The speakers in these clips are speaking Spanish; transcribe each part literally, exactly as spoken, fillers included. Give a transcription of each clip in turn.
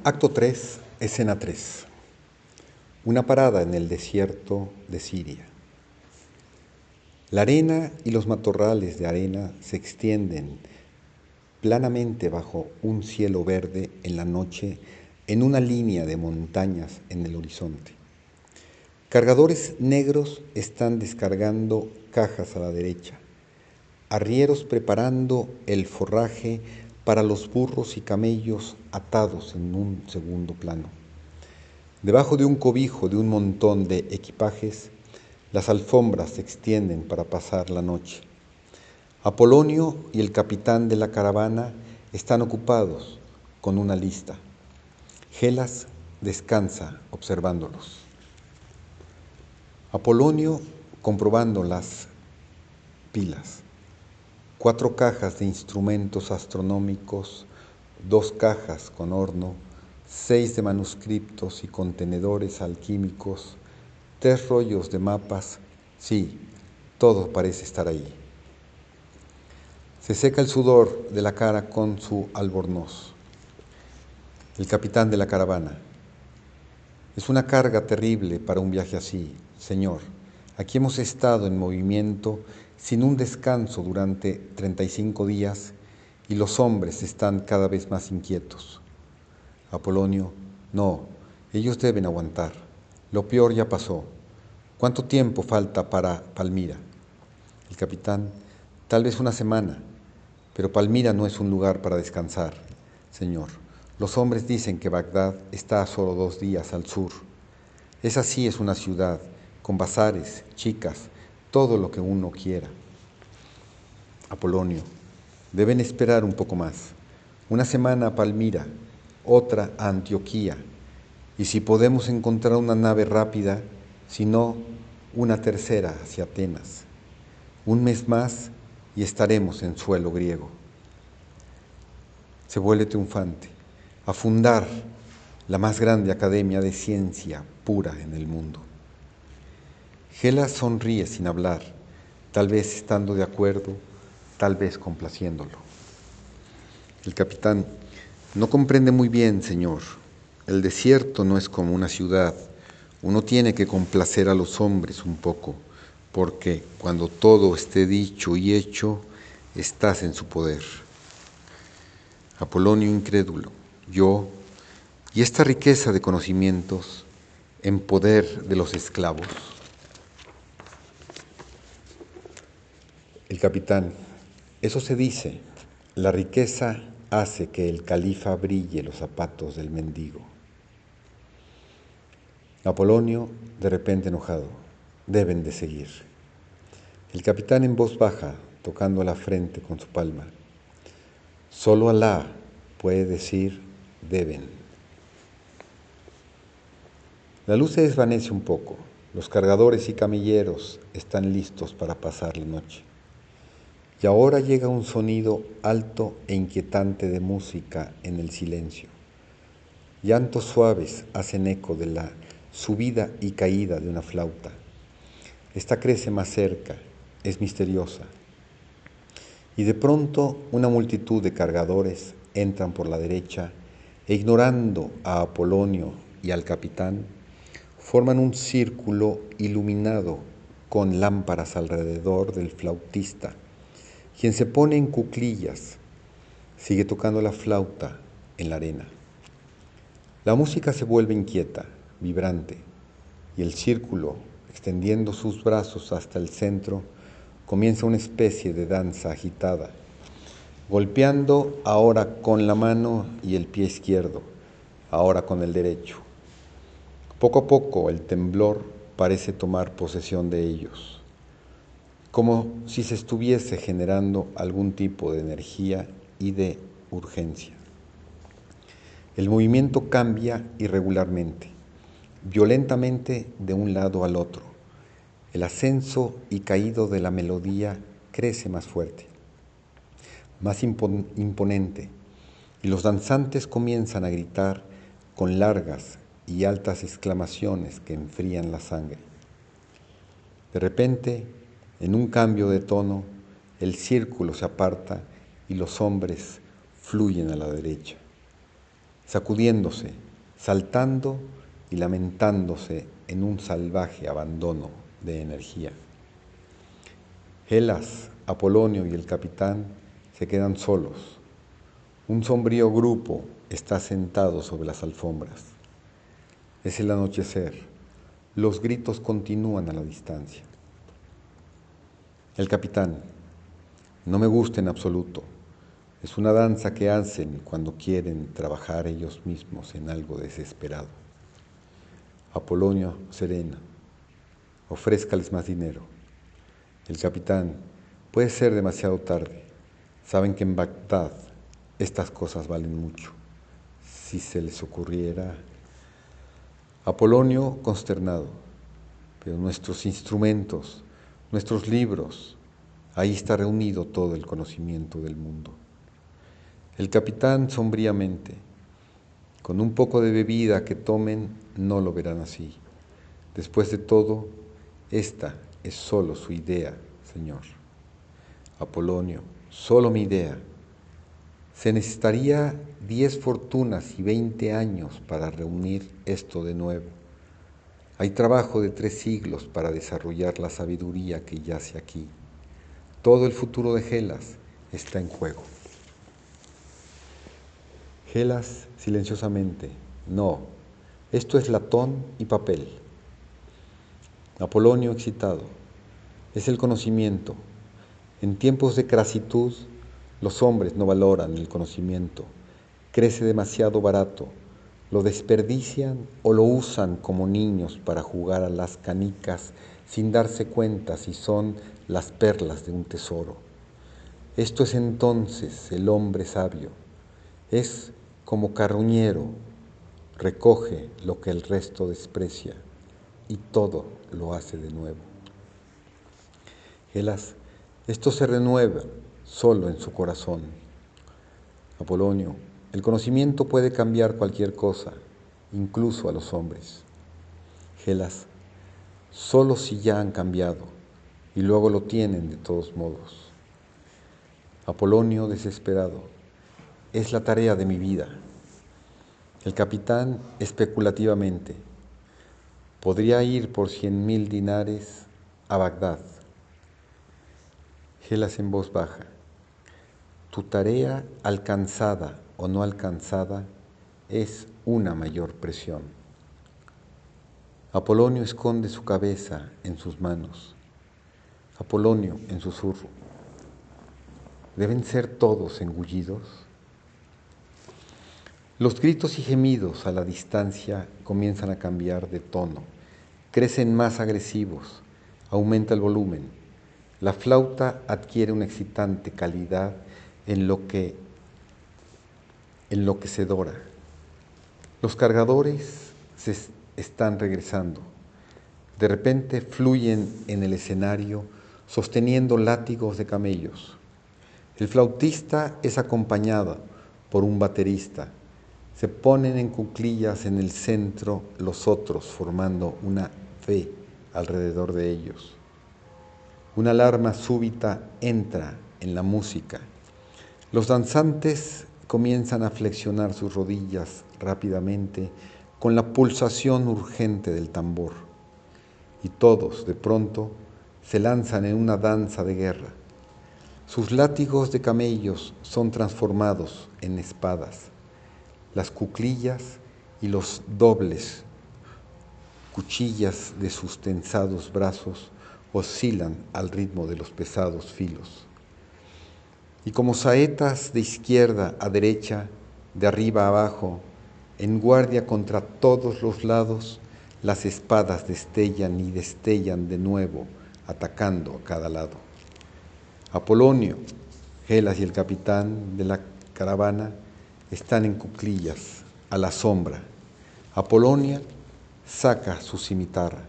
Acto tres, escena tres. Una parada en el desierto de Siria. La arena y los matorrales de arena se extienden planamente bajo un cielo verde en la noche en una línea de montañas en el horizonte. Cargadores negros están descargando cajas a la derecha, arrieros preparando el forraje para los burros y camellos atados en un segundo plano. Debajo de un cobijo de un montón de equipajes, las alfombras se extienden para pasar la noche. Apolonio y el capitán de la caravana están ocupados con una lista. Gelas descansa observándolos. Apolonio comprobando las pilas. Cuatro cajas de instrumentos astronómicos, dos cajas con horno, seis de manuscritos y contenedores alquímicos, tres rollos de mapas. Sí, todo parece estar ahí. Se seca el sudor de la cara con su albornoz. El capitán de la caravana. Es una carga terrible para un viaje así, señor. Aquí hemos estado en movimiento sin un descanso durante treinta y cinco días y los hombres están cada vez más inquietos. Apolonio, no, ellos deben aguantar. Lo peor ya pasó. ¿Cuánto tiempo falta para Palmira? El capitán, tal vez una semana, pero Palmira no es un lugar para descansar, señor. Los hombres dicen que Bagdad está a solo dos días al sur. Esa sí es una ciudad, con bazares, chicas, todo lo que uno quiera. Apolonio, deben esperar un poco más. Una semana a Palmira, otra a Antioquía, y si podemos encontrar una nave rápida, si no, una tercera hacia Atenas. Un mes más y estaremos en suelo griego. Se vuelve triunfante, a fundar la más grande academia de ciencia pura en el mundo. Gelas sonríe sin hablar, tal vez estando de acuerdo, tal vez complaciéndolo. El capitán, no comprende muy bien, señor. El desierto no es como una ciudad. Uno tiene que complacer a los hombres un poco, porque cuando todo esté dicho y hecho, estás en su poder. Apolonio incrédulo, yo, y esta riqueza de conocimientos en poder de los esclavos. El capitán, eso se dice, la riqueza hace que el califa brille los zapatos del mendigo. Apolonio, de repente enojado, deben de seguir. El capitán en voz baja, tocando la frente con su palma. Solo Alá puede decir deben. La luz se desvanece un poco. Los cargadores y camilleros están listos para pasar la noche. Y ahora llega un sonido alto e inquietante de música en el silencio. Llantos suaves hacen eco de la subida y caída de una flauta. Esta crece más cerca, es misteriosa. Y de pronto una multitud de cargadores entran por la derecha e ignorando a Apolonio y al capitán, forman un círculo iluminado con lámparas alrededor del flautista, quien se pone en cuclillas, sigue tocando la flauta en la arena. La música se vuelve inquieta, vibrante, y el círculo, extendiendo sus brazos hasta el centro, comienza una especie de danza agitada, golpeando ahora con la mano y el pie izquierdo, ahora con el derecho. Poco a poco el temblor parece tomar posesión de ellos, como si se estuviese generando algún tipo de energía y de urgencia. El movimiento cambia irregularmente, violentamente de un lado al otro. El ascenso y caído de la melodía crece más fuerte, más impon- imponente, y los danzantes comienzan a gritar con largas y altas exclamaciones que enfrían la sangre. De repente, en un cambio de tono, el círculo se aparta y los hombres fluyen a la derecha. sacudiéndose, saltando y lamentándose en un salvaje abandono de energía. Helas, Apolonio y el capitán se quedan solos. Un sombrío grupo está sentado sobre las alfombras. Es el anochecer. Los gritos continúan a la distancia. El capitán: no me gusta en absoluto. Es una danza que hacen cuando quieren trabajar ellos mismos en algo desesperado. Apolonio serena: ofrézcales más dinero. El capitán: puede ser demasiado tarde. Saben que en Bagdad estas cosas valen mucho. Si se les ocurriera... Apolonio consternado: pero nuestros instrumentos, nuestros libros, ahí está reunido todo el conocimiento del mundo. El capitán sombríamente: con un poco de bebida que tomen no lo verán así. Después de todo, esta es solo su idea, señor. Apolonio: solo mi idea. Se necesitaría diez fortunas y veinte años para reunir esto de nuevo. Hay trabajo de tres siglos para desarrollar la sabiduría que yace aquí. Todo el futuro de Helas está en juego. Helas silenciosamente: no, esto es latón y papel. Apolonio excitado: es el conocimiento. En tiempos de crasitud, los hombres no valoran el conocimiento. Crece demasiado barato, lo desperdician o lo usan como niños para jugar a las canicas sin darse cuenta si son las perlas de un tesoro. Esto es entonces el hombre sabio. Es como carroñero, recoge lo que el resto desprecia y todo lo hace de nuevo. Helas: esto se renueva solo en su corazón. Apolonio: el conocimiento puede cambiar cualquier cosa, incluso a los hombres. Helas: solo si ya han cambiado, y luego lo tienen de todos modos. Apolonio desesperado: es la tarea de mi vida. El capitán especulativamente: podría ir por cien mil dinares a Bagdad. Helas en voz baja: tu tarea, alcanzada o no alcanzada, es una mayor presión. Apolonio esconde su cabeza en sus manos. Apolonio en susurro: ¿deben ser todos engullidos? Los gritos y gemidos a la distancia comienzan a cambiar de tono, crecen más agresivos, aumenta el volumen. La flauta adquiere una excitante calidad en lo que enloquecedora. Los cargadores se están regresando. De repente fluyen en el escenario sosteniendo látigos de camellos. El flautista es acompañado por un baterista. Se ponen en cuclillas en el centro los otros, formando una V alrededor de ellos. Una alarma súbita entra en la música. Los danzantes comienzan a flexionar sus rodillas rápidamente con la pulsación urgente del tambor. Y todos, de pronto, se lanzan en una danza de guerra. Sus látigos de camellos son transformados en espadas. Las cuclillas y los dobles cuchillas de sus tensados brazos oscilan al ritmo de los pesados filos. Y como saetas de izquierda a derecha, de arriba a abajo, en guardia contra todos los lados, las espadas destellan y destellan de nuevo, atacando a cada lado. Apolonio, Helas y el capitán de la caravana están en cuclillas, a la sombra. Apolonio saca su cimitarra.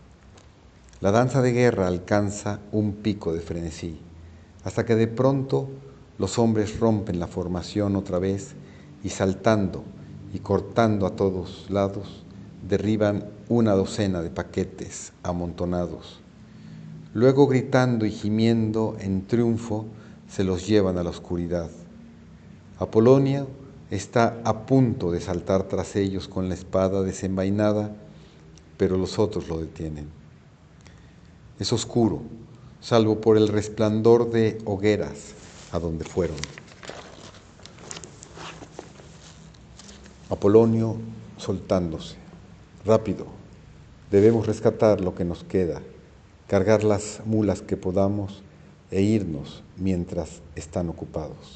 La danza de guerra alcanza un pico de frenesí, hasta que de pronto los hombres rompen la formación otra vez y saltando y cortando a todos lados, derriban una docena de paquetes amontonados. Luego, gritando y gimiendo en triunfo, se los llevan a la oscuridad. Apolonio está a punto de saltar tras ellos con la espada desenvainada, pero los otros lo detienen. Es oscuro, salvo por el resplandor de hogueras a donde fueron. Apolonio soltándose. Rápido, debemos rescatar lo que nos queda, cargar las mulas que podamos e irnos mientras están ocupados.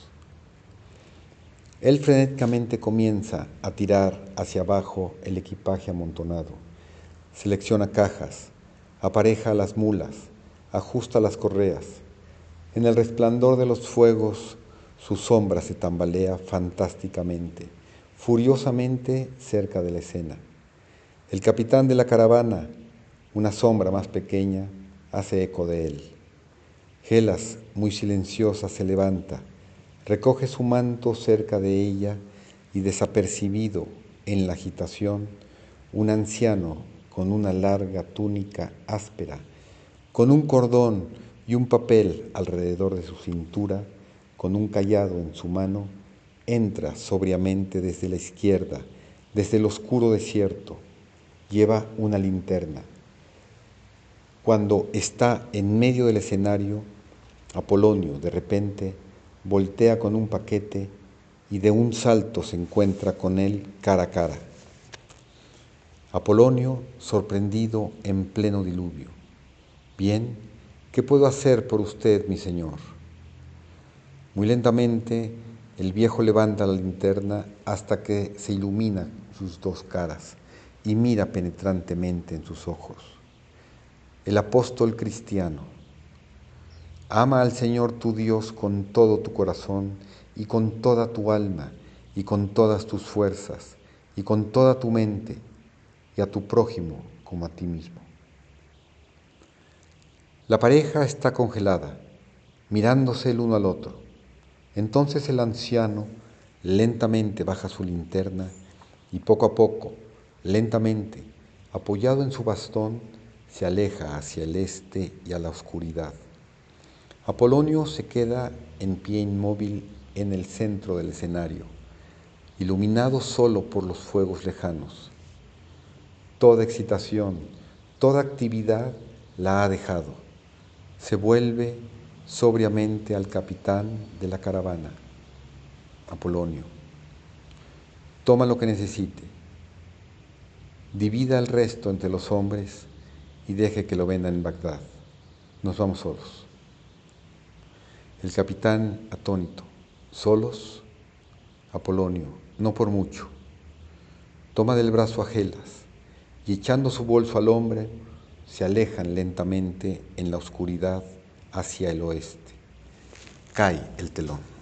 Él frenéticamente comienza a tirar hacia abajo el equipaje amontonado. Selecciona cajas, apareja las mulas, ajusta las correas. En el resplandor de los fuegos, su sombra se tambalea fantásticamente, furiosamente cerca de la escena. El capitán de la caravana, una sombra más pequeña, hace eco de él. Gelas, muy silenciosa, se levanta, recoge su manto cerca de ella y, desapercibido en la agitación, un anciano con una larga túnica áspera, con un cordón y un papel alrededor de su cintura, con un cayado en su mano, entra sobriamente desde la izquierda, desde el oscuro desierto. Lleva una linterna. Cuando está en medio del escenario, Apolonio, de repente, voltea con un paquete y de un salto se encuentra con él cara a cara. Apolonio, sorprendido en pleno diluvio. Bien, ¿qué puedo hacer por usted, mi señor? Muy lentamente, el viejo levanta la linterna hasta que se ilumina sus dos caras y mira penetrantemente en sus ojos. El apóstol cristiano: ama al Señor tu Dios con todo tu corazón y con toda tu alma y con todas tus fuerzas y con toda tu mente, y a tu prójimo como a ti mismo. La pareja está congelada, mirándose el uno al otro. Entonces el anciano lentamente baja su linterna y poco a poco, lentamente, apoyado en su bastón, se aleja hacia el este y a la oscuridad. Apolonio se queda en pie inmóvil en el centro del escenario, iluminado solo por los fuegos lejanos. Toda excitación, toda actividad la ha dejado. Se vuelve sobriamente al capitán de la caravana. Apolonio: toma lo que necesite, divida el resto entre los hombres y deje que lo vendan en Bagdad. Nos vamos solos. El capitán, atónito: ¿solos? Apolonio: no por mucho. Toma del brazo a Gelas y, echando su bolso al hombro, se alejan lentamente en la oscuridad hacia el oeste. Cae el telón.